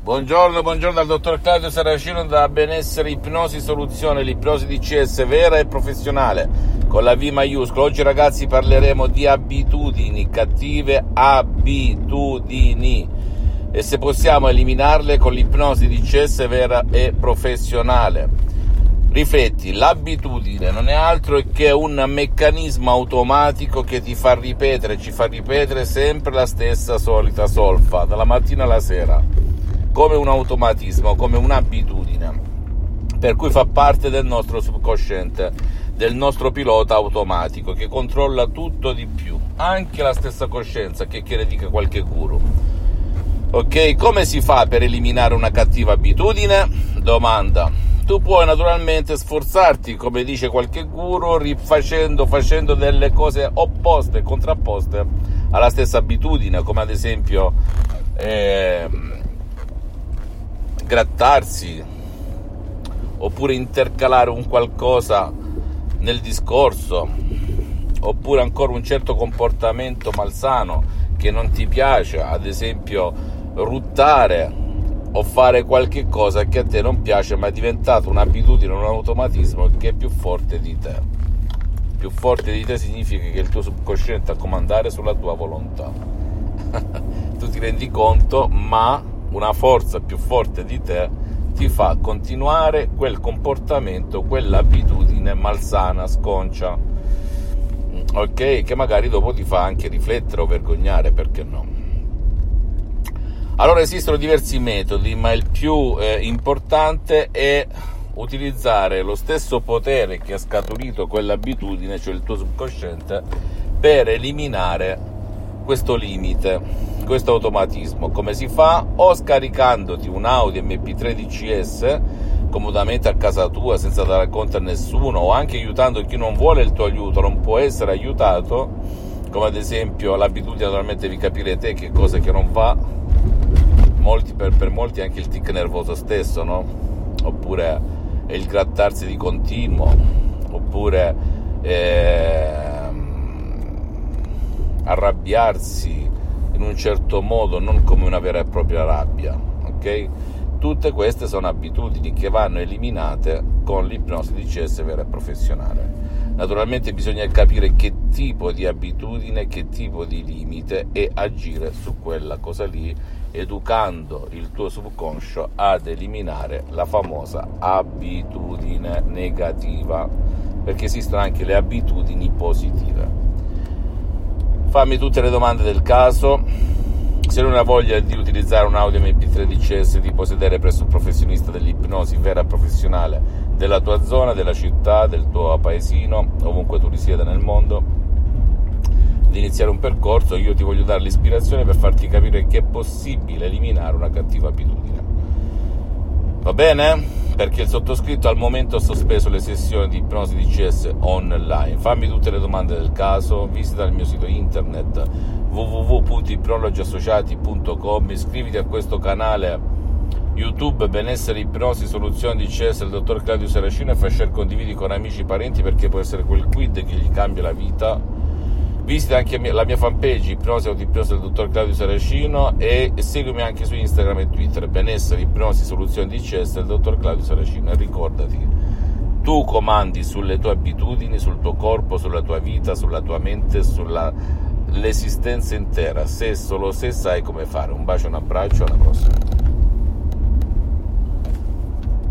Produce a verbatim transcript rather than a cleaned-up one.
Buongiorno, buongiorno dal dottor Claudio Saracino da Benessere Ipnosi Soluzione, l'ipnosi D C S vera e professionale, con la V maiuscola. Oggi ragazzi parleremo di abitudini, cattive abitudini, e se possiamo eliminarle con l'ipnosi D C S vera e professionale. Rifletti, l'abitudine non è altro che un meccanismo automatico che ti fa ripetere, ci fa ripetere sempre la stessa solita solfa, dalla mattina alla sera, come un automatismo, come un'abitudine, per cui fa parte del nostro subconsciente, del nostro pilota automatico che controlla tutto di più, anche la stessa coscienza, che che ne dica qualche guru. Ok, come si fa per eliminare una cattiva abitudine? Domanda. Tu puoi naturalmente sforzarti, come dice qualche guru, rifacendo, facendo delle cose opposte, contrapposte alla stessa abitudine, come ad esempio eh, grattarsi, oppure intercalare un qualcosa nel discorso, oppure ancora un certo comportamento malsano che non ti piace, ad esempio ruttare o fare qualche cosa che a te non piace, ma è diventato un'abitudine, un automatismo che è più forte di te. Più forte di te significa che il tuo subconsciente a comandare sulla tua volontà. Tu ti rendi conto, ma una forza più forte di te ti fa continuare quel comportamento, quell'abitudine malsana, sconcia, ok? Che magari dopo ti fa anche riflettere o vergognare, perché no? Allora esistono diversi metodi, ma il più eh, importante è utilizzare lo stesso potere che ha scaturito quell'abitudine, cioè il tuo subconsciente, per eliminare questo limite, questo automatismo. Come si fa? O scaricandoti un audio emme pi tre D C S comodamente a casa tua senza dare conto a nessuno, o anche aiutando chi non vuole il tuo aiuto, non può essere aiutato, come ad esempio l'abitudine naturalmente di capire te che cosa che non va. Molti, per, per molti anche il tic nervoso stesso, no? Oppure il grattarsi di continuo, oppure eh, arrabbiarsi in un certo modo, non come una vera e propria rabbia, ok? Tutte queste sono abitudini che vanno eliminate con l'ipnosi D C S vera e professionale. Naturalmente bisogna capire che tipo di abitudine, che tipo di limite, e agire su quella cosa lì, educando il tuo subconscio ad eliminare la famosa abitudine negativa, perché esistono anche le abitudini positive. Fammi tutte le domande del caso. Se non hai voglia di utilizzare un audio emme pi tre D C S, ti puoi sedere presso un professionista dell'ipnosi vera e professionale della tua zona, della città, del tuo paesino, ovunque tu risieda nel mondo, di iniziare un percorso. Io ti voglio dare l'ispirazione per farti capire che è possibile eliminare una cattiva abitudine. Va bene? Perché il sottoscritto al momento ha sospeso le sessioni di ipnosi D C S online. Fammi tutte le domande del caso, visita il mio sito internet w w w punto ipnologi associati punto com, iscriviti a questo canale YouTube Benessere Ipnosi Soluzioni D C S del dottor Claudio Saracino e fai share, condividi con amici e parenti, perché può essere quel quid che gli cambia la vita. Visita anche la mia fanpage Ipnosi Autoipnosi del dottor Claudio Saracino e seguimi anche su Instagram e Twitter Benessere Ipnosi Soluzioni D C S del dottor Claudio Saracino. E ricordati, tu comandi sulle tue abitudini, sul tuo corpo, sulla tua vita, sulla tua mente, sulla l'esistenza intera, se solo se sai come fare. Un bacio, un abbraccio, alla prossima.